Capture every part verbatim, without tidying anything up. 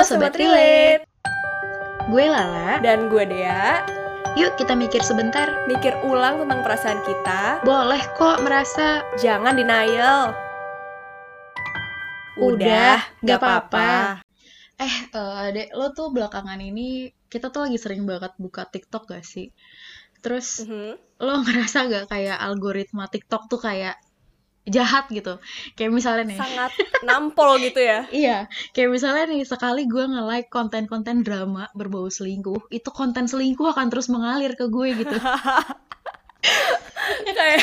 Sobat Relate. Gue Lala. Dan gue Dea. Yuk kita mikir sebentar. Mikir ulang tentang perasaan kita. Boleh kok merasa. Jangan denial. Udah, gak apa-apa. Eh, uh, Dek, lo tuh belakangan ini kita tuh lagi sering banget buka TikTok gak sih? Terus mm-hmm. lo ngerasa gak kayak algoritma TikTok tuh kayak jahat gitu? Kayak misalnya nih, sangat nampol gitu ya. Iya, kayak misalnya nih, sekali gue nge-like konten-konten drama berbau selingkuh, itu konten selingkuh akan terus mengalir ke gue gitu. kayak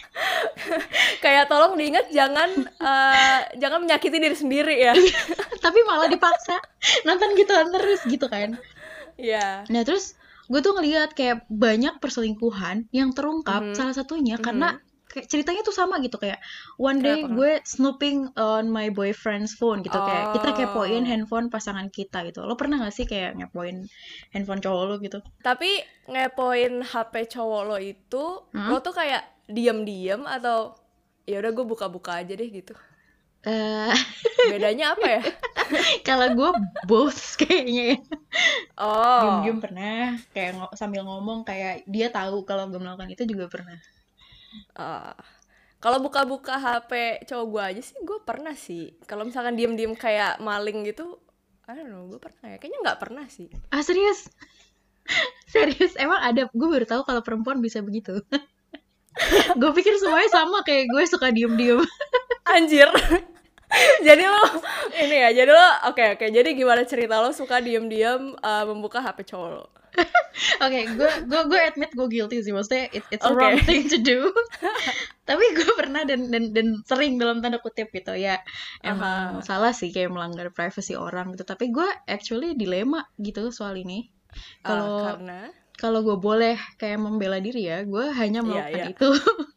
kayak tolong diingat jangan uh, jangan menyakiti diri sendiri ya. Tapi malah dipaksa nonton gituan terus gitu kan. Iya. Nah terus gue tuh ngeliat kayak banyak perselingkuhan yang terungkap, mm-hmm. salah satunya mm-hmm. karena kayak ceritanya tuh sama gitu, kayak one day Kenapa? gue snooping on my boyfriend's phone gitu, oh. kayak kita kepoin handphone pasangan kita gitu. Lo pernah gak sih kayak ngepoin handphone cowok lo gitu? Tapi ngepoin H P cowok lo itu hmm? lo tuh kayak diam-diam atau ya udah gue buka-buka aja deh gitu? Uh... Bedanya apa ya? Kalau gue both kayaknya ya. Oh. Diam-diam pernah, kayak ng- sambil ngomong kayak dia tahu kalau gue melakukan itu juga pernah. Uh, kalau buka-buka H P cowok gue aja sih gue pernah sih. Kalau misalkan diem-diem kayak maling gitu, I don't know, gue pernah ya? Kayaknya nggak pernah sih. Ah serius? Serius? Emang ada? Gue baru tahu kalau perempuan bisa begitu. Gue pikir semuanya sama kayak gue, suka diem-diem. Anjir. Jadi lo ini ya, jadi lo oke okay, oke. Okay. Jadi gimana cerita lo suka diem-diem uh, membuka H P cowok lo? Oke, gue gue gue admit gue guilty sih, maksudnya it, it's a okay. wrong thing to do. Tapi gue pernah dan dan dan sering dalam tanda kutip gitu ya. Emang uh-huh. salah sih kayak melanggar privacy orang gitu. Tapi gue actually dilema gitu soal ini. Kalau uh, karena kalau gue boleh kayak membela diri ya, gue hanya melakukan yeah, yeah. itu.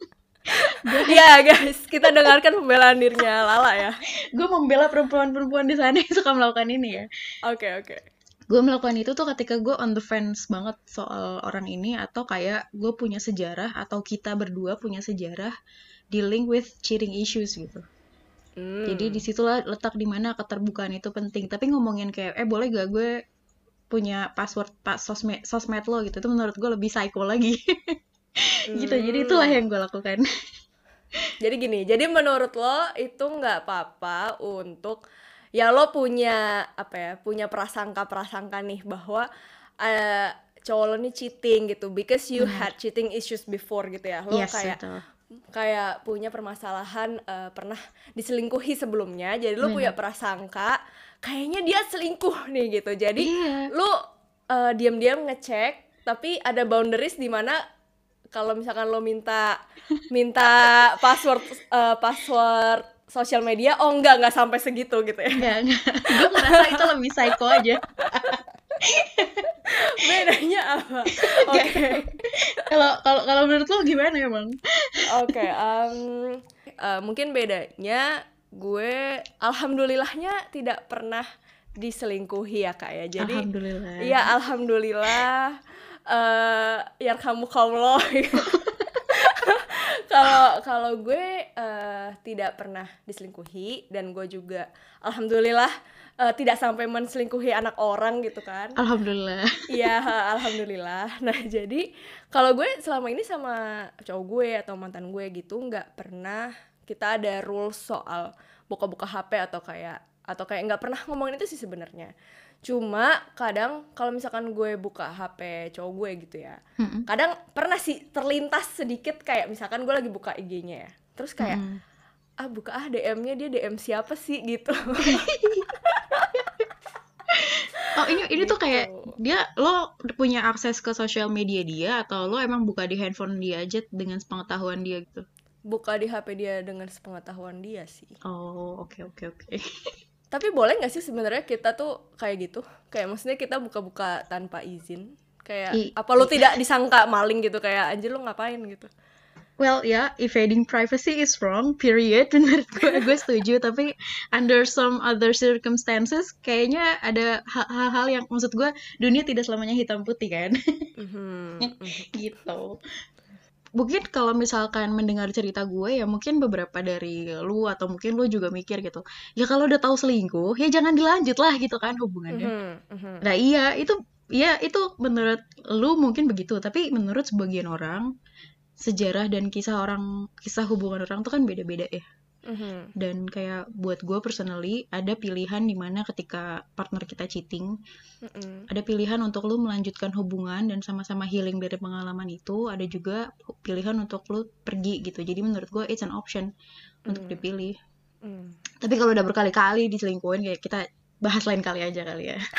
Ya guys, kita dengarkan pembelaan dirinya Lala ya. Gue membela perempuan-perempuan di sana yang suka melakukan ini ya. Oke okay, oke. Okay. Gue melakukan itu tuh ketika gue on the fence banget soal orang ini, atau kayak gue punya sejarah atau kita berdua punya sejarah dealing with cheating issues gitu. Mm. Jadi disitulah letak dimana keterbukaan itu penting. Tapi ngomongin kayak eh boleh gak gue punya password pas sosmed sosmed lo gitu, itu menurut gue lebih psycho lagi. Gitu. Mm. Jadi itulah yang gue lakukan. Jadi gini, jadi menurut lo itu nggak apa-apa untuk ya lo punya apa ya, punya prasangka-prasangka nih bahwa uh, cowok lo nih cheating gitu because you hmm. had cheating issues before gitu ya. Lo yes, kayak betul. kayak punya permasalahan uh, pernah diselingkuhi sebelumnya. Jadi lo hmm. punya prasangka kayaknya dia selingkuh nih gitu. Jadi yeah. lo uh, diam-diam ngecek, tapi ada boundaries di mana kalau misalkan lo minta minta password uh, password sosial media, oh enggak, enggak sampai segitu gitu ya. Enggak, enggak. Gue ngerasa itu lebih psycho aja. Bedanya apa? Oke. Okay. Kalau kalau kalau menurut lo gimana emang? Oke, okay, um, uh, mungkin bedanya gue alhamdulillahnya tidak pernah diselingkuhi ya Kak ya. Jadi alhamdulillah. Iya, alhamdulillah. Uh, yarhamukallah. Kalau kalau gue uh, tidak pernah diselingkuhi, dan gue juga alhamdulillah uh, tidak sampai menselingkuhi anak orang gitu kan. Alhamdulillah. Iya, alhamdulillah. Nah jadi kalau gue selama ini sama cowok gue atau mantan gue gitu nggak pernah kita ada rules soal buka-buka H P atau kayak atau kayak nggak pernah ngomongin itu sih sebenarnya. Cuma kadang kalau misalkan gue buka H P cowok gue gitu ya, mm-hmm. kadang pernah sih terlintas sedikit kayak misalkan gue lagi buka I G-nya ya, terus kayak mm-hmm. ah buka ah D M-nya dia D M siapa sih gitu. Oh ini ini gitu. Tuh kayak dia, lo punya akses ke sosial media dia atau lo emang buka di handphone dia aja dengan sepengetahuan dia gitu? Buka di H P dia dengan sepengetahuan dia sih. Oh oke okay, oke okay, oke. Okay. Tapi boleh nggak sih sebenarnya kita tuh kayak gitu? Kayak maksudnya kita buka-buka tanpa izin. Kayak I, apa lo i- tidak disangka maling gitu, kayak anjir lo ngapain gitu. Well ya, yeah, evading privacy is wrong, period. Menurut gue, gue setuju. Tapi under some other circumstances, kayaknya ada hal-hal yang, maksud gue, dunia tidak selamanya hitam putih kan. Mm-hmm. Gitu. mungkin kalau misalkan mendengar cerita gue ya mungkin beberapa dari lu atau mungkin lu juga mikir gitu. Ya kalau udah tahu selingkuh ya jangan dilanjut lah gitu kan hubungannya. Mhm, mhm. Nah iya itu ya itu menurut lu mungkin begitu, tapi menurut sebagian orang sejarah dan kisah orang kisah hubungan orang tuh kan beda-beda ya. Mhm. Dan kayak buat gue personally ada pilihan dimana ketika partner kita cheating, Mhm. ada pilihan untuk lu melanjutkan hubungan dan sama-sama healing dari pengalaman itu, ada juga pilihan untuk lu pergi gitu. Jadi menurut gue it's an option untuk Mm. dipilih. Mm. Tapi kalau udah berkali-kali diselingkuhin kayak kita bahas lain kali aja kali ya.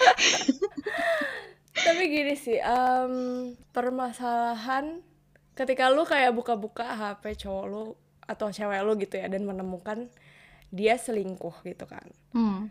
Tapi gini sih, em, permasalahan ketika lu kayak buka-buka H P cowok lu atau cewek lu gitu ya dan menemukan dia selingkuh gitu kan. Hmm.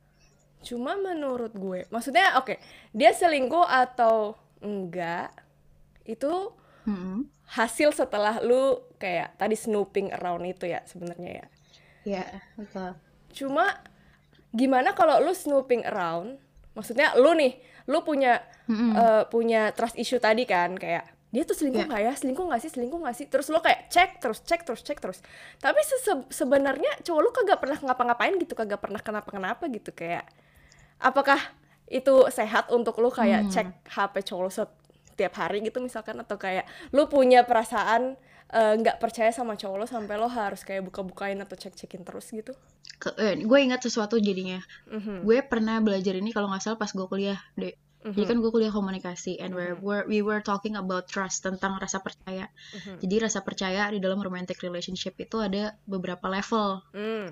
Cuma menurut gue, maksudnya oke, dia selingkuh atau enggak itu Hmm. hasil setelah lu kayak tadi snooping around itu ya sebenarnya ya. Ya, betul. Cuma gimana kalau lu snooping around, maksudnya lu nih, lu punya Mm-mm. uh, punya trust issue tadi kan, kayak dia tuh selingkuh Ya. nggak ya, selingkuh nggak sih, selingkuh nggak sih, terus lu kayak cek terus, cek terus, cek terus. Tapi se- sebenarnya cowok lu kagak pernah ngapa-ngapain gitu, kagak pernah kenapa-kenapa gitu, kayak apakah itu sehat untuk lu kayak Hmm. cek H P cowok lu setiap hari gitu misalkan, atau kayak lu punya perasaan uh, nggak percaya sama cowok lu sampai lo harus kayak buka-bukain atau cek-cekin terus gitu? Ke- eh, gue ingat sesuatu jadinya. Mhm. Gue pernah belajar ini kalau nggak salah pas gue kuliah deh. Jadi kan gue kuliah komunikasi and we're, we're, we were talking about trust, tentang rasa percaya. Mhm. Jadi rasa percaya di dalam romantic relationship itu ada beberapa level. Mm.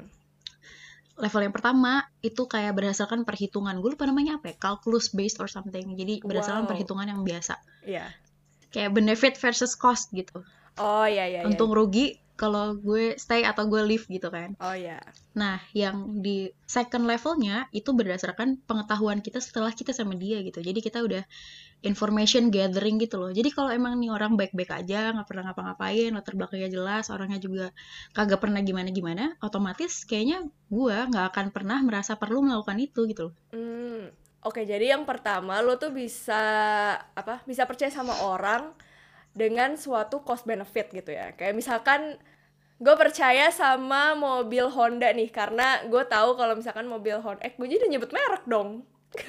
Level yang pertama itu kayak berdasarkan perhitungan. Gue lupa namanya apa ya, calculus based or something. Jadi berdasarkan Wow. perhitungan yang biasa. Iya. Kayak benefit versus cost gitu. Oh iya iya. Untung iya. rugi kalau gue stay atau gue leave gitu kan. Oh iya. Nah, yang di second levelnya itu berdasarkan pengetahuan kita setelah kita sama dia gitu. Jadi kita udah information gathering gitu loh. Jadi kalau emang nih orang baik-baik aja, nggak pernah ngapa-ngapain, latar belakangnya jelas, orangnya juga kagak pernah gimana-gimana, otomatis kayaknya gue nggak akan pernah merasa perlu melakukan itu gitu loh. Hmm. Oke, jadi yang pertama lo tuh bisa apa? Bisa percaya sama orang dengan suatu cost benefit gitu ya. Kayak misalkan gue percaya sama mobil Honda nih karena gue tahu kalau misalkan mobil Honda, eh gue jadi nyebut merek dong.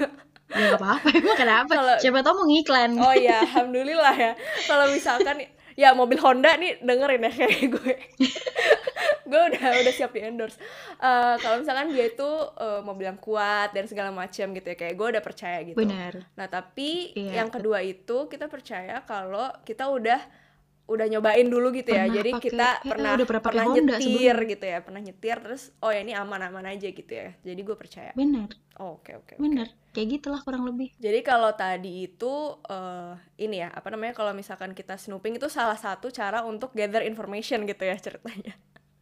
Ya nggak apa-apa, emang kenapa? Kalau- Siapa tau mau ngiklan. Oh iya, alhamdulillah ya. Kalau misalkan ya mobil Honda nih dengerin ya kayak gue. Gue udah udah siap di endorse. Uh, kalau misalkan dia itu uh, mobil yang kuat dan segala macam gitu ya, kayak gue udah percaya gitu. Benar. Nah tapi Iya. yang kedua itu kita percaya kalau kita udah udah nyobain dulu gitu ya. Pernah Jadi pakai- kita ya, pernah udah pernah pakai pernah Honda nyetir sebelumnya. gitu ya, pernah nyetir terus oh ya ini aman-aman aja gitu ya. Jadi gue percaya. Benar, Oh, oke oke. oke. benar. Kayak gitulah kurang lebih. Jadi kalau tadi itu uh, ini ya, apa namanya, kalau misalkan kita snooping itu salah satu cara untuk gather information gitu ya ceritanya.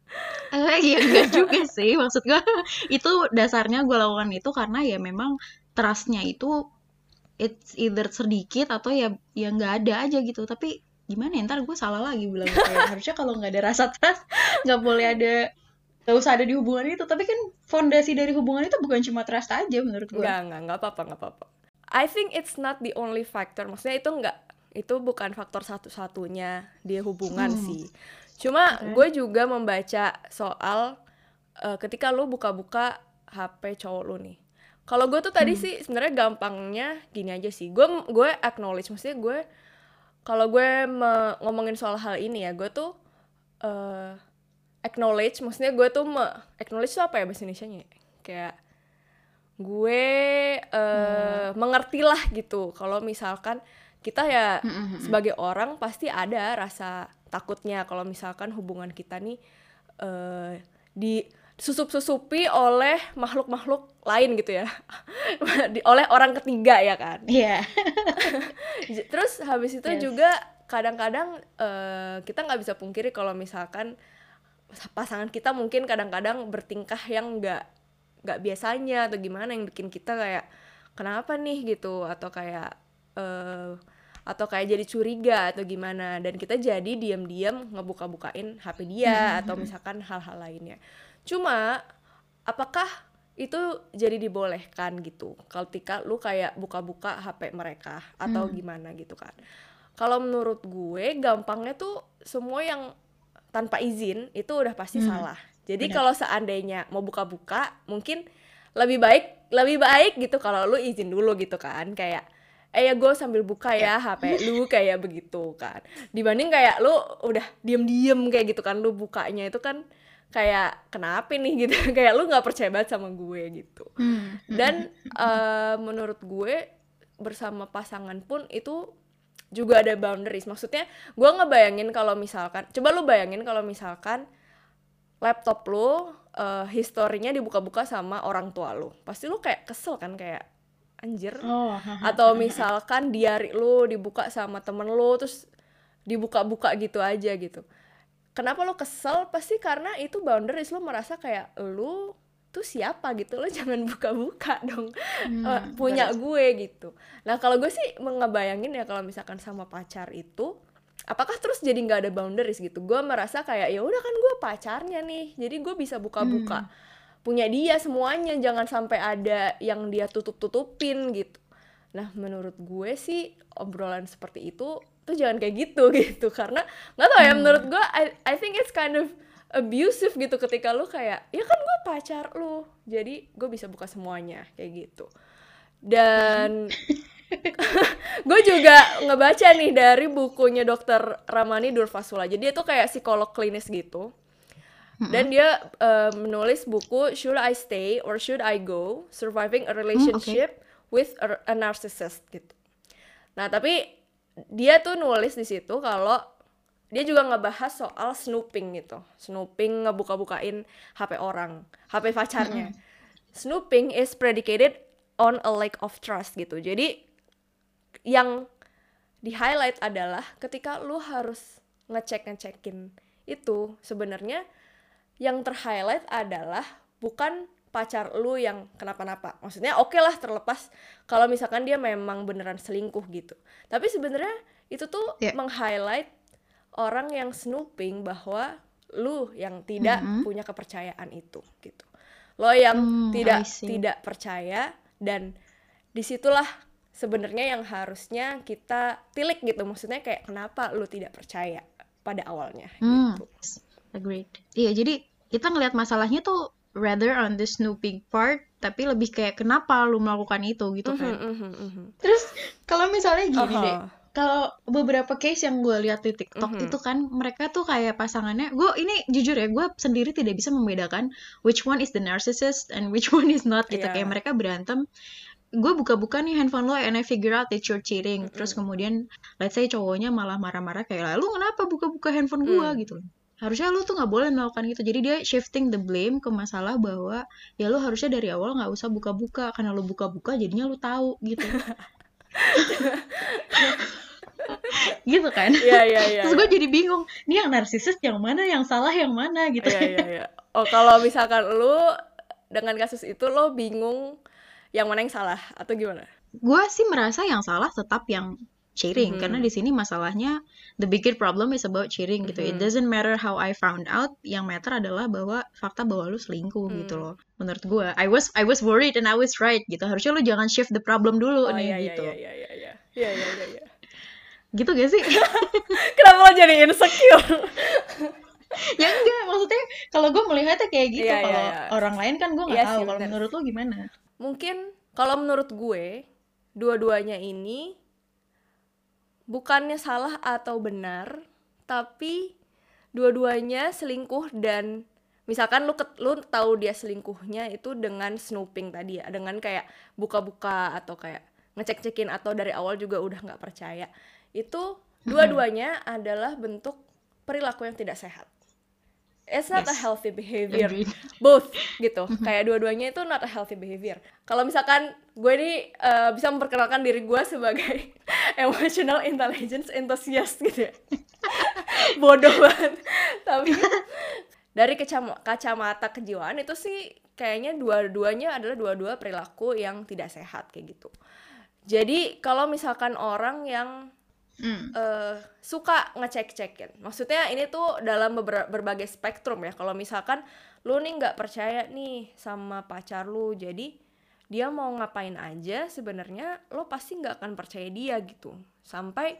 Eh, iya enggak juga sih, maksud gue itu dasarnya gue lakukan itu karena ya memang trustnya itu it's either sedikit atau ya ya nggak ada aja gitu. Tapi gimana ya, ntar gue salah lagi bilang kayak harusnya kalau nggak ada rasa trust nggak boleh ada, nggak usah ada di hubungan itu. Tapi kan fondasi dari hubungan itu bukan cuma trust aja menurut gue. Enggak, enggak, enggak apa-apa, enggak apa-apa. I think it's not the only factor. Maksudnya itu enggak, itu bukan faktor satu-satunya di hubungan Hmm. sih. Cuma Oke. gue juga membaca soal uh, ketika lu buka-buka H P cowok lu nih. Kalau gue tuh tadi Hmm. sih sebenarnya gampangnya gini aja sih. Gue gue acknowledge, maksudnya gue kalau gue me- ngomongin soal hal ini ya, gue tuh uh, acknowledge, maksudnya gue tuh me- acknowledge tuh apa ya bahasa Indonesianya? Kayak gue uh, mengertilah gitu kalau misalkan kita ya Mm-mm. sebagai orang pasti ada rasa takutnya kalau misalkan hubungan kita nih uh, disusup-susupi oleh makhluk-makhluk lain gitu ya. Di- oleh orang ketiga ya kan. Iya. J- Terus habis itu Yes. juga kadang-kadang uh, kita nggak bisa pungkiri kalau misalkan pasangan kita mungkin kadang-kadang bertingkah yang nggak nggak biasanya atau gimana yang bikin kita kayak kenapa nih gitu, atau kayak uh, atau kayak jadi curiga atau gimana, dan kita jadi diam-diam ngebuka-bukain H P dia atau misalkan hal-hal lainnya. Cuma apakah itu jadi dibolehkan gitu ketika lu kayak buka-buka H P mereka atau gimana gitu kan? Kalau menurut gue gampangnya tuh semua yang tanpa izin itu udah pasti Hmm, salah. Jadi benar. kalau seandainya mau buka-buka, mungkin lebih baik lebih baik gitu kalau lu izin dulu gitu kan, kayak eh ya gue sambil buka Yep. ya H P lu kayak begitu kan. Dibanding kayak lu udah diem-diem kayak gitu kan, lu bukanya itu kan kayak kenapa nih gitu, kayak lu nggak percaya banget sama gue gitu. Hmm, hmm, hmm, Dan eh, menurut gue bersama pasangan pun itu juga ada boundaries. Maksudnya gue ngebayangin kalau misalkan, coba lu bayangin kalau misalkan laptop lu uh, historinya dibuka-buka sama orang tua lu, pasti lu kayak kesel kan, kayak anjir. Oh, ha, ha, Atau ha, ha. misalkan diary lu dibuka sama temen lu terus dibuka-buka gitu aja gitu. Kenapa lu kesel? Pasti karena itu boundaries, lu merasa kayak lu tuh siapa gitu, lo jangan buka-buka dong. Eh, Hmm, punya benar. gue gitu. Nah kalau gue sih ngebayangin ya kalau misalkan sama pacar itu, apakah terus jadi nggak ada boundaries gitu? Gue merasa kayak ya udah kan gue pacarnya nih, jadi gue bisa buka-buka Hmm, punya dia semuanya, jangan sampai ada yang dia tutup-tutupin gitu. Nah menurut gue sih obrolan seperti itu tuh jangan kayak gitu gitu, karena nggak tau ya, menurut hmm. gue I, I think it's kind of abusive gitu ketika lu kayak ya kan gue pacar lu jadi gue bisa buka semuanya kayak gitu. Dan gue juga ngebaca nih dari bukunya dokter Ramani Durvasula, jadi itu kayak psikolog klinis gitu. Dan Mm-mm. dia uh, menulis buku Should I Stay or Should I Go? Surviving a Hmm, oke. Relationship with a, a Narcissist gitu. Nah, tapi dia tuh nulis di situ kalau dia juga ngebahas soal snooping gitu. Snooping, ngebuka-bukain H P orang, H P pacarnya. Mm-mm. Snooping is predicated on a lack of trust gitu. Jadi yang di-highlight adalah ketika lu harus ngecek-ngecekin itu, sebenarnya yang ter-highlight adalah bukan pacar lu yang kenapa-napa. Maksudnya oke okay lah, terlepas kalau misalkan dia memang beneran selingkuh gitu. Tapi sebenarnya itu tuh Ya. meng-highlight orang yang snooping bahwa lu yang tidak Mm-mm. punya kepercayaan itu gitu. Lo yang Hmm, I tidak see. tidak percaya, dan disitulah sebenarnya yang harusnya kita tilik gitu. Maksudnya kayak kenapa lu tidak percaya pada awalnya Hmm, gitu. agreed. Iya, jadi kita ngelihat masalahnya tuh rather on the snooping part, tapi lebih kayak kenapa lu melakukan itu gitu Mhm, kan. mhm, mhm. Terus kalau misalnya gini deh, Aha. kalau beberapa case yang gue lihat di TikTok Mhm. itu kan mereka tuh kayak pasangannya, gue ini jujur ya, gue sendiri tidak bisa membedakan which one is the narcissist and which one is not gitu. Kayak Iya. mereka berantem, gue buka-buka nih handphone lo and I figure out that you're cheating. Terus Mhm. kemudian let's say cowoknya malah marah-marah kayak, lu kenapa buka-buka handphone gue Hmm. gitu. Harusnya lu tuh nggak boleh melakukan gitu. Jadi dia shifting the blame ke masalah bahwa ya lu harusnya dari awal nggak usah buka-buka, karena lu buka-buka jadinya lu tahu gitu. Gitu kan. Iya, iya, iya, Terus iya. gue jadi bingung, ini yang narsisis yang mana, yang salah yang mana gitu. Iya, iya, iya. Oh, kalau misalkan lu dengan kasus itu lo bingung yang mana yang salah atau gimana? Gue sih merasa yang salah tetap yang cheating, karena Mhm. di sini masalahnya the bigger problem is about cheating gitu. It Mhm. doesn't matter how I found out, yang matter adalah bahwa fakta bahwa lu selingkuh gitu Hmm. loh. Menurut gue, I was I was worried and I was right gitu. Harusnya lu jangan shift the problem dulu Oh nih iya, iya, gitu. iya, iya, iya, iya. Iya, iya, iya, iya. Gitu gak sih? Kenapa lo jadi insecure? Ya enggak, maksudnya kalau gue melihatnya kayak gitu, Iya, iya, kalau iya. orang lain kan gue nggak Iya tahu. sih, Kalau bener. menurut lu gimana? Mungkin kalau menurut gue, dua-duanya ini bukannya salah atau benar, tapi dua-duanya selingkuh. Dan misalkan lu ket- lu tahu dia selingkuhnya itu dengan snooping tadi ya, dengan kayak buka-buka atau kayak ngecek-cekin atau dari awal juga udah nggak percaya, itu dua-duanya adalah bentuk perilaku yang tidak sehat. It's not a Yes, healthy behavior, agreed. both gitu. Kayak dua-duanya itu not a healthy behavior. Kalau misalkan gue nih uh, bisa memperkenalkan diri gue sebagai emotional intelligence enthusiast gitu ya, bodoh banget. Tapi dari kacam- kacamata kejiwaan itu sih kayaknya dua-duanya adalah dua-dua perilaku yang tidak sehat kayak gitu. Jadi kalau misalkan orang yang Hmm. uh, suka ngecek-cekin, maksudnya ini tuh dalam beber- berbagai spektrum ya. Kalau misalkan lu nih nggak percaya nih sama pacar lu, jadi dia mau ngapain aja sebenarnya lo pasti nggak akan percaya dia gitu, sampai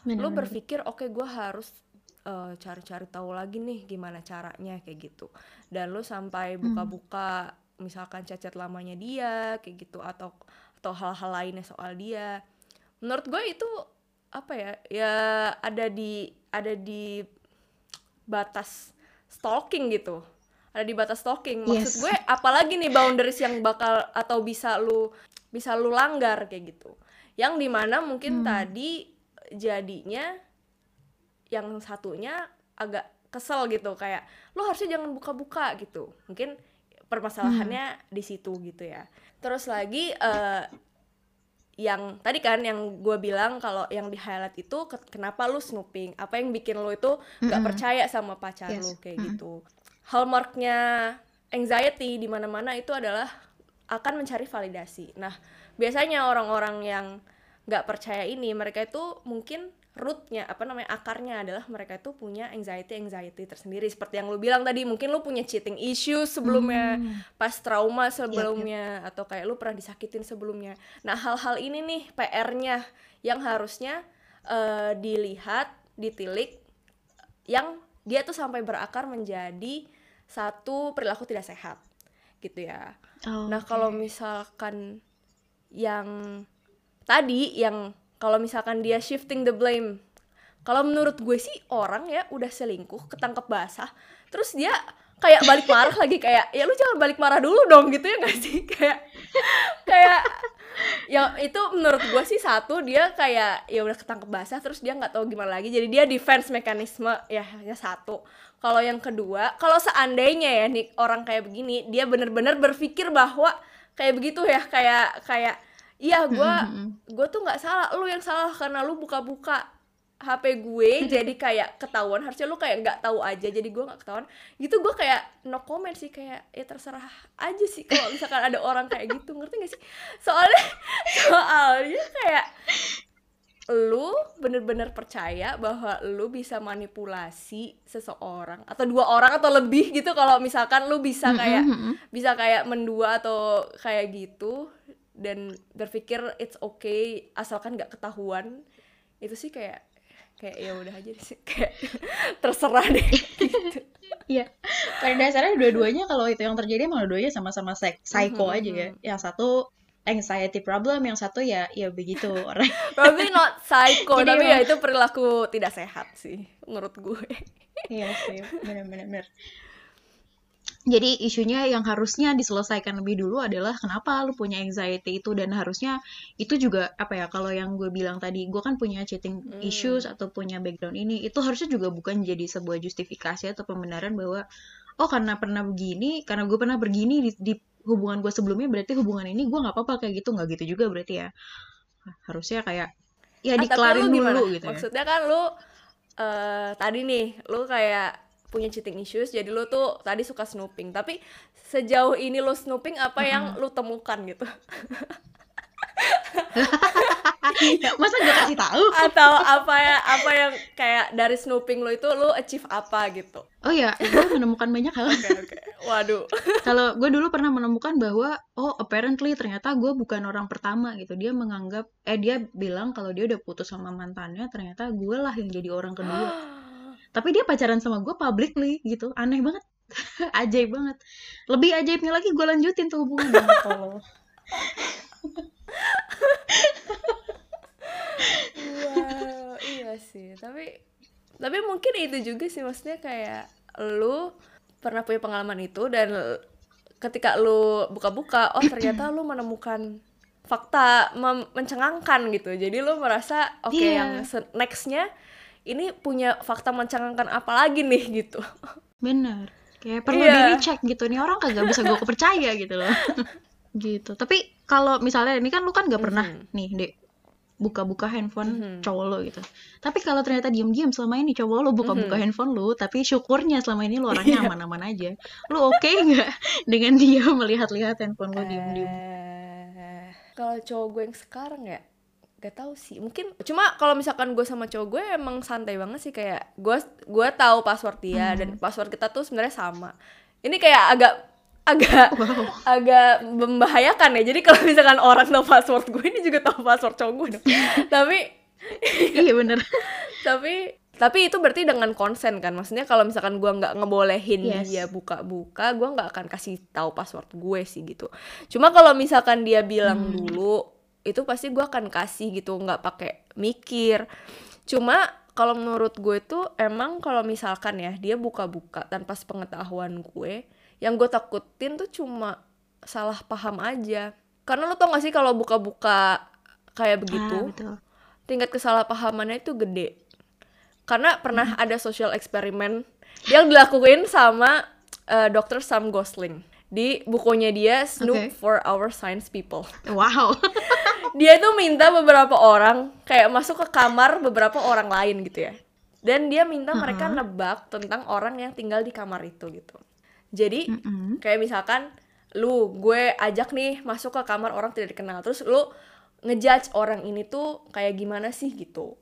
Lu Benar-benar. berpikir oke gue harus uh, cari-cari tahu lagi nih gimana caranya kayak gitu, dan lu sampai Hmm. buka-buka misalkan chat-chat lamanya dia kayak gitu, atau atau hal-hal lainnya soal dia. Menurut gue itu apa ya, ya ada di ada di batas stalking gitu, ada di batas stalking. Maksud Yes. gue apalagi nih boundaries yang bakal atau bisa lu bisa lu langgar kayak gitu, yang dimana mungkin Hmm. tadi jadinya yang satunya agak kesel gitu, kayak lo harusnya jangan buka-buka gitu, mungkin permasalahannya Hmm. di situ gitu ya. Terus lagi uh, yang tadi kan yang gue bilang kalau yang di highlight itu ke- kenapa lu snooping, apa yang bikin lu itu nggak Mm-mm. percaya sama pacar lu Yes. kayak Mm-mm. gitu. Hallmarknya anxiety di mana-mana itu adalah akan mencari validasi. Nah biasanya orang-orang yang nggak percaya ini, mereka itu mungkin rootnya apa namanya akarnya adalah mereka itu punya anxiety anxiety tersendiri, seperti yang lu bilang tadi, mungkin lu punya cheating issues sebelumnya, Hmm. pas trauma Yap, yap. sebelumnya, atau kayak lu pernah disakitin sebelumnya. Nah hal-hal ini nih P R-nya yang harusnya uh, dilihat, ditilik, yang dia tuh sampai berakar menjadi satu perilaku tidak sehat gitu ya. Oh, Nah oke. kalau misalkan yang tadi yang kalau misalkan dia shifting the blame, kalau menurut gue sih orang ya udah selingkuh ketangkep basah terus dia kayak balik marah lagi, kayak ya lu jangan balik marah dulu dong gitu ya nggak sih, kayak kayak ya itu menurut gue sih satu, dia kayak ya udah ketangkep basah terus dia nggak tahu gimana lagi, jadi dia defense mekanisme ya, ya satu. Kalau yang kedua, kalau seandainya ya nih orang kayak begini dia bener-bener berpikir bahwa kayak begitu ya, kayak kayak iya gue Mm-mm. gue tuh nggak salah, lu yang salah karena lu buka-buka H P gue jadi kayak ketahuan, harusnya lu kayak nggak tahu aja jadi gue nggak ketahuan gitu. Gue kayak no comment sih, kayak ya terserah aja sih kalau misalkan ada orang kayak gitu, ngerti gak sih? Soalnya soalnya kayak lu bener-bener percaya bahwa lu bisa manipulasi seseorang atau dua orang atau lebih gitu, kalau misalkan lu bisa kayak Mm-mm. bisa kayak mendua atau kayak gitu, dan berpikir it's okay asalkan nggak ketahuan. Itu sih kayak kayak ya udah aja sih, kayak terserah deh gitu. Iya. Pada dasarnya dua-duanya kalau itu yang terjadi emang dua-duanya sama-sama psy- psycho aja ya. Yang satu anxiety problem, yang satu ya ya begitu orang. Probably not psycho, Jadi tapi ya emang itu perilaku tidak sehat sih menurut gue. iya sih, benar-benar. Jadi isunya yang harusnya diselesaikan lebih dulu adalah kenapa lu punya anxiety itu, dan harusnya itu juga apa ya, kalau yang gue bilang tadi gue kan punya cheating issues Hmm. atau punya background ini, itu harusnya juga bukan jadi sebuah justifikasi atau pembenaran bahwa oh karena pernah begini, karena gue pernah begini di, di hubungan gue sebelumnya berarti hubungan ini gue nggak apa-apa kayak gitu, nggak gitu juga berarti ya. Harusnya kayak ya Ah tapi lu dikelarin gimana? dulu gitu ya. Maksudnya kan lu uh, tadi nih lu kayak punya cheating issues, jadi lu tuh tadi suka snooping, tapi sejauh ini lu snooping apa yang Mm-mm. lu temukan gitu? Masa gue kasih tahu? Atau apa ya, apa yang kayak dari snooping lu itu lu achieve apa gitu? Oh ya, gue menemukan banyak hal. Oke oke. Waduh. Kalau gue dulu pernah menemukan bahwa oh apparently ternyata gue bukan orang pertama gitu. Dia menganggap eh dia bilang kalau dia udah putus sama mantannya, ternyata gue lah yang jadi orang kedua. Tapi dia pacaran sama gue publicly gitu. Aneh banget. Ajaib banget. Lebih ajaibnya lagi gue lanjutin tuh hubungan sama tolol. Wow, iya sih. Tapi tapi mungkin itu juga sih, maksudnya kayak lu pernah punya pengalaman itu dan l- ketika lu buka-buka, oh ternyata lu menemukan fakta mem- mencengangkan gitu. Jadi lu merasa oke okay, Iya. yang se- nextnya ini punya fakta mencengangkan apa lagi nih gitu. Bener. Kayak perlu Iya. di recheck gitu. Nih orang kagak bisa gue kepercaya gitu loh. Gitu. Tapi kalau misalnya ini kan lu kan gak pernah Mhm. nih dek buka-buka handphone Mhm. cowok lo gitu. Tapi kalau ternyata diem-diem selama ini cowok lo buka-buka Mhm. handphone lo, tapi syukurnya selama ini lo orangnya Iya. aman-aman aja. Lo oke nggak dengan dia melihat-lihat handphone lo diem-diem? Eh, kalau cowok gue yang sekarang ya gak tahu sih, mungkin cuma kalau misalkan gue sama cowok gue emang santai banget sih, kayak gue gue tahu password dia dan Hmm. password kita tuh sebenarnya sama. Ini kayak agak agak Wow. agak membahayakan ya, jadi kalau misalkan orang tahu password gue, ini juga tahu password cowok gue dong. tapi Iya bener. tapi tapi itu berarti dengan konsen kan, maksudnya kalau misalkan gue nggak ngebolehin Yes. dia buka-buka, gue nggak akan kasih tahu password gue sih gitu. Cuma kalau misalkan dia bilang Hmm. dulu, itu pasti gue akan kasih gitu, nggak pakai mikir. Cuma kalau menurut gue tuh emang kalau misalkan ya dia buka-buka tanpa sepengetahuan gue, yang gue takutin tuh cuma salah paham aja. Karena lo tau gak sih kalau buka-buka kayak begitu, Ah, betul. tingkat kesalahpahamannya itu gede. Karena pernah ada social eksperimen yang dilakuin sama uh, dokter Sam Gosling di bukunya dia Snoop Oke. for Our Science People. Wow. Dia itu minta beberapa orang kayak masuk ke kamar beberapa orang lain gitu ya. Dan dia minta mereka Uh-uh. nebak tentang orang yang tinggal di kamar itu gitu. Jadi Mm-mm. kayak misalkan lu, gue ajak nih masuk ke kamar orang tidak dikenal, terus lu ngejudge orang ini tuh kayak gimana sih gitu.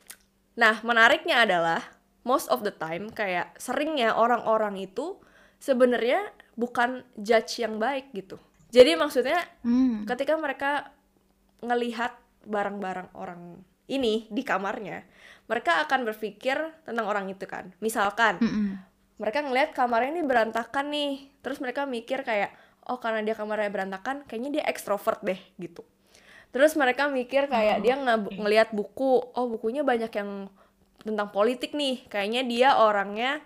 Nah, menariknya adalah most of the time kayak seringnya orang-orang itu sebenarnya bukan judge yang baik gitu. Jadi maksudnya Hmm. ketika mereka ngelihat barang-barang orang ini di kamarnya, mereka akan berpikir tentang orang itu kan. Misalkan Mm-mm. mereka ngelihat kamarnya ini berantakan nih, terus mereka mikir kayak, oh karena dia kamarnya berantakan, kayaknya dia ekstrovert deh gitu. Terus mereka mikir kayak Oh, dia nge- oke. ngelihat buku, oh bukunya banyak yang tentang politik nih, kayaknya dia orangnya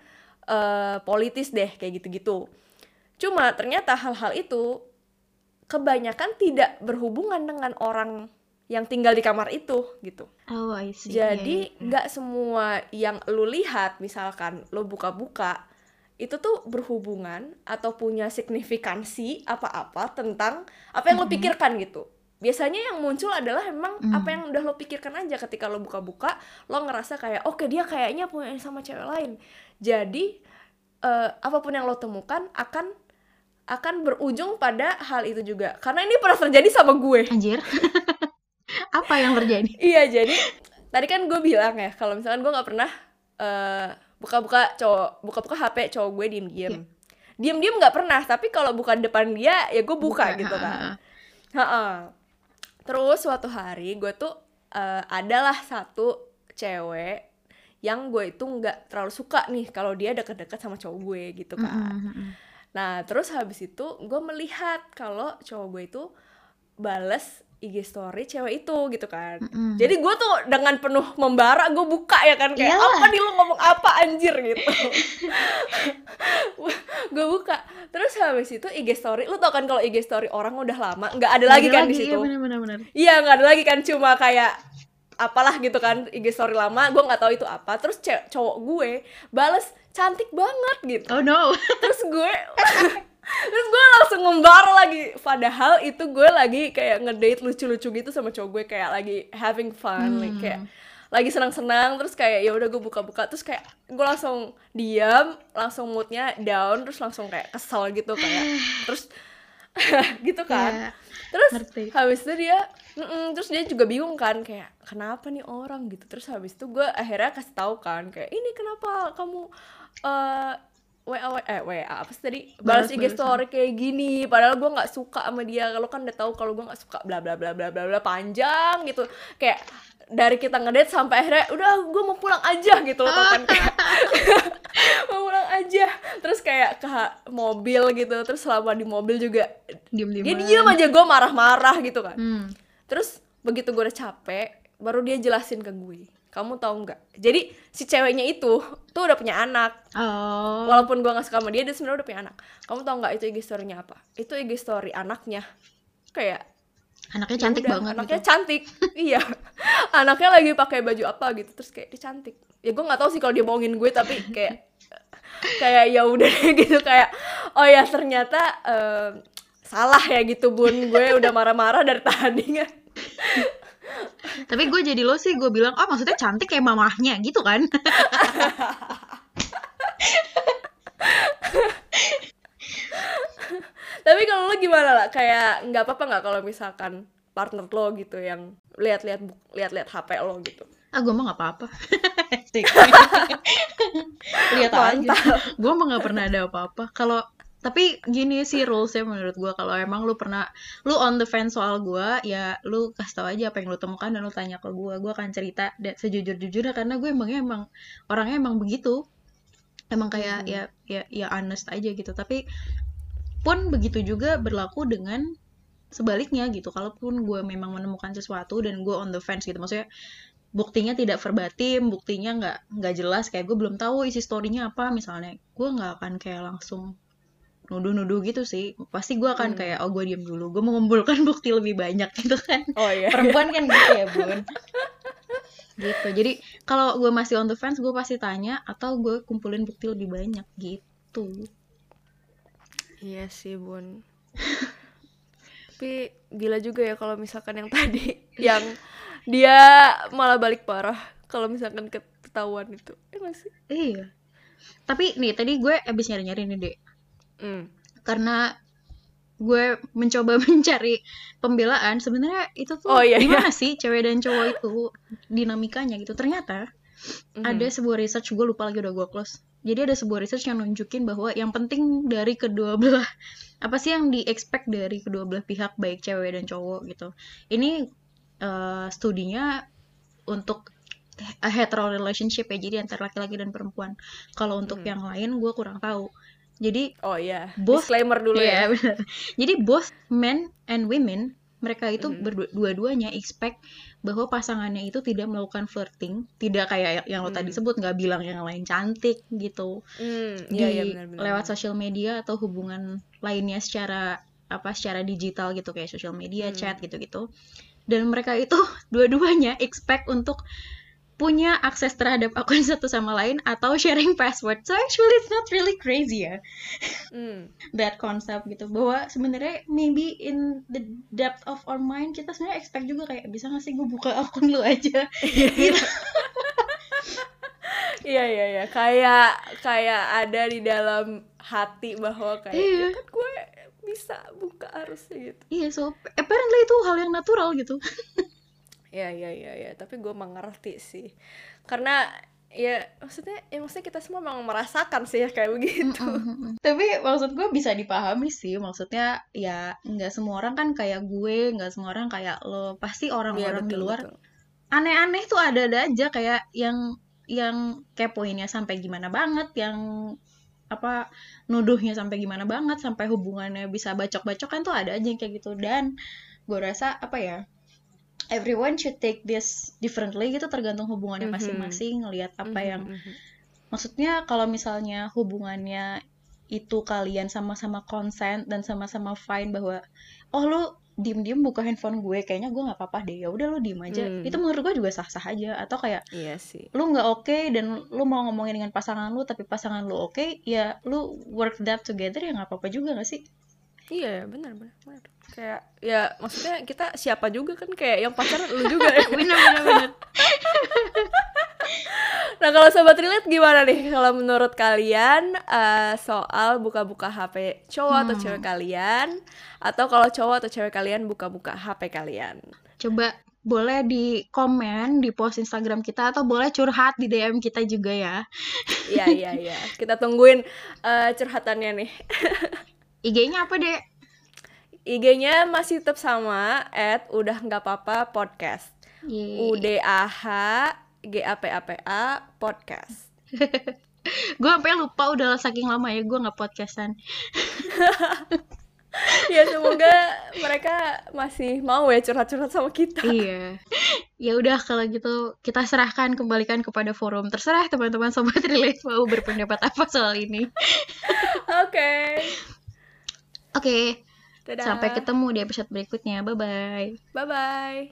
eh, politis deh, kayak gitu-gitu. Cuma ternyata hal-hal itu kebanyakan tidak berhubungan dengan orang yang tinggal di kamar itu gitu. Oh, I see. Iya, Jadi iya, iya. nggak semua yang lu lihat, misalkan lu buka-buka, itu tuh berhubungan atau punya signifikansi apa-apa tentang apa yang lo Mm-mm. pikirkan gitu. Biasanya yang muncul adalah emang Mm. apa yang udah lo pikirkan aja ketika lo buka-buka, lo ngerasa kayak oke dia kayaknya punya sama cewek lain. Jadi eh, apapun yang lo temukan akan akan berujung pada hal itu juga. Karena ini pernah terjadi sama gue. Anjir. Apa yang terjadi? Iya, jadi tadi kan gue bilang ya kalau misalkan gue nggak pernah eh, buka-buka cowok buka-buka H P cowok gue diem-diem. Iya. Diem-diem nggak pernah, tapi kalau bukan depan dia ya gue buka, Buka. gitu Ha, kan. ha, ha. Ha-ha. Terus suatu hari gue tuh eh, adalah satu cewek yang gue itu nggak terlalu suka nih kalau dia deket-deket sama cowok gue gitu kan. Mm-mm, mm-mm. Nah terus habis itu gue melihat kalau cowok gue itu bales I G story cewek itu gitu kan. Mm-mm. Jadi gue tuh dengan penuh membara gue buka ya kan, kayak Iyalah. apa nih lu ngomong apa anjir gitu. Gue buka. Terus habis itu I G story, lu tau kan kalau I G story orang udah lama nggak ada lagi Ada kan di lagi, situ. iya benar-benar. Iya nggak ada lagi kan, cuma kayak apalah gitu kan I G story lama, gue nggak tahu itu apa. Terus ce- cowok gue bales cantik banget gitu. Oh no. Terus gue terus gue langsung membara lagi, padahal itu gue lagi kayak ngedate lucu-lucu gitu sama cowok gue, kayak lagi having fun, like, Hmm. kayak lagi senang-senang. Terus kayak ya udah gue buka-buka, terus kayak gue langsung diam, langsung moodnya down, terus langsung kayak kesel gitu kayak terus gitu kan. Iya, Terus ngerti. habis itu dia mm-mm, terus dia juga bingung kan kayak kenapa nih orang gitu. Terus habis itu gue akhirnya kasih tahu kan kayak ini kenapa kamu eh W A W- eh W A apa sih tadi balas I G Balas-balasan. story kayak gini, padahal gue nggak suka sama dia. Kalau kan udah tahu kalau gue nggak suka bla bla bla bla bla bla panjang gitu, kayak dari kita ngedate sampai akhirnya udah gue mau pulang aja gitu loh, tau kan kayak mau pulang aja. Terus kayak ke mobil gitu, terus selama di mobil juga Diem-dieman. dia diem aja, gue marah-marah gitu kan. Hmm. Terus begitu gue udah capek, baru dia jelasin ke gue, kamu tahu nggak? Jadi si ceweknya itu tuh udah punya anak. Oh. Walaupun gue nggak suka sama dia, dia sebenarnya udah punya anak. Kamu tahu nggak itu I G story-nya apa? Itu I G story anaknya. Kayak Anaknya ya cantik udah, banget anaknya gitu. cantik. Iya. Anaknya lagi pakai baju apa gitu, terus kayak dia cantik. Ya gue nggak tahu sih kalau dia bohongin gue, tapi kayak kayak ya udah gitu, kayak oh ya ternyata em, salah ya gitu bun, gue udah marah-marah dari tadi kan. Tapi gue jadi lo sih, gue bilang, oh maksudnya cantik kayak mamahnya gitu kan. Tapi kalau lo gimana lah? Kayak nggak apa-apa nggak kalau misalkan partner lo gitu yang lihat-lihat bu- lihat-lihat H P lo gitu? Ah gue mah gak apa-apa. Lihat aja. Mantap. Gue mah gak pernah ada apa-apa. Kalau Tapi gini sih rulesnya menurut gue, kalau emang lu pernah lu on the fence soal gue, ya lu kasih tau aja apa yang lu temukan dan lu tanya ke gue, gue akan cerita dan sejujur-jujurnya, karena gue emangnya emang orangnya emang begitu, emang kayak Mhm. ya ya ya honest aja gitu. Tapi pun begitu juga berlaku dengan sebaliknya gitu, kalaupun gue memang menemukan sesuatu dan gue on the fence gitu, maksudnya buktinya tidak verbatim, buktinya nggak nggak jelas, kayak gue belum tahu isi storynya apa misalnya, gue nggak akan kayak langsung nuduh-nuduh gitu sih. Pasti gue akan Hmm. kayak, oh gue diem dulu, gue mengumpulkan bukti lebih banyak gitu kan. Oh iya. Perempuan kan gitu ya bun, gitu. Jadi kalau gue masih on the fence, gue pasti tanya atau gue kumpulin bukti lebih banyak gitu. Iya sih bun. Tapi gila juga ya kalau misalkan yang tadi yang dia malah balik parah kalau misalkan ketahuan itu. Ya nggak sih? Iya. Tapi nih tadi gue abis nyari-nyari nih dek, Hmm. karena gue mencoba mencari pembelaan sebenarnya itu tuh Oh iya iya. gimana sih cewek dan cowok itu dinamikanya gitu. Ternyata ada Mhm. sebuah research, gue lupa lagi, udah gue close. Jadi ada sebuah research yang nunjukin bahwa yang penting dari kedua belah, apa sih yang di-expect dari kedua belah pihak, baik cewek dan cowok gitu. Ini uh, studinya untuk a hetero relationship ya, jadi antara laki-laki dan perempuan. Kalau untuk Hmm. yang lain gue kurang tahu. Jadi Oh iya. both, Disclaimer dulu ya ya. benar. Jadi both men and women, mereka itu Mhm. berdua-duanya expect bahwa pasangannya itu tidak melakukan flirting, tidak kayak yang lo tadi Hmm. sebut, nggak bilang yang lain cantik gitu Hmm. Iya iya di benar-benar. lewat sosial media atau hubungan lainnya secara apa secara digital gitu, kayak sosial media, Hmm. chat gitu-gitu. Dan mereka itu dua-duanya expect untuk punya akses terhadap akun satu sama lain atau sharing password. So actually it's not really crazy ya. Hmm. That concept gitu, bahwa sebenarnya maybe in the depth of our mind kita sebenarnya expect juga kayak, bisa nggak sih gue buka akun lu aja gitu. Iya iya iya, kayak kayak ada di dalam hati bahwa kayak Iya. ya kan gue bisa buka harusnya gitu. Iya, so apparently itu hal yang natural gitu. Iya iya iya iya, tapi gue mengerti sih. Karena ya maksudnya ya maksudnya kita semua memang merasakan sih ya kayak begitu. Mm-mm. Tapi maksud gue bisa dipahami sih, maksudnya ya nggak semua orang kan kayak gue, nggak semua orang kayak lo. Pasti Iya orang-orang di betul luar betul. aneh-aneh tuh ada-ada aja, kayak yang yang kepoinnya sampai gimana banget, yang apa nuduhnya sampai gimana banget, sampai hubungannya bisa bacok-bacokan tuh ada aja yang kayak gitu. Dan gue rasa apa ya, everyone should take this differently gitu, tergantung hubungannya Mhm. masing-masing, ngelihat apa Mhm, yang mhm. maksudnya kalau misalnya hubungannya itu kalian sama-sama consent dan sama-sama fine bahwa oh lu diem-diem buka handphone gue, kayaknya gue nggak apa-apa deh, ya udah lu diem aja. Hmm. Itu menurut gue juga sah-sah aja. Atau kayak Iya sih. lu nggak oke okay, dan lu mau ngomongin dengan pasangan lu tapi pasangan lu oke okay, ya lu work that together, ya nggak apa-apa juga nggak sih? Iya benar benar benar. Kayak ya maksudnya kita siapa juga kan, kayak yang pacaran lu juga ya. Bener bener bener. Nah kalau sobat relate gimana nih kalau menurut kalian uh, soal buka-buka H P cowok atau Hmm. cewek kalian, atau kalau cowok atau cewek kalian buka-buka H P kalian? Coba boleh di komen di post Instagram kita, atau boleh curhat di D M kita juga ya. Iya iya iya, kita tungguin uh, curhatannya nih. I G-nya apa deh? I G-nya masih tetap sama at udah nggak apa-apa podcast. Yeay. U D A H G A P A P A podcast. Gue sampai lupa, udah saking lama ya gue nggak podcastan. Ya semoga mereka masih mau ya curhat-curhat sama kita. Iya. Ya udah kalau gitu kita serahkan, kembalikan kepada forum. Terserah teman-teman sobat relate mau berpendapat apa soal ini. Oke. Oke. Dadah. Sampai ketemu di episode berikutnya. Bye bye. Bye bye.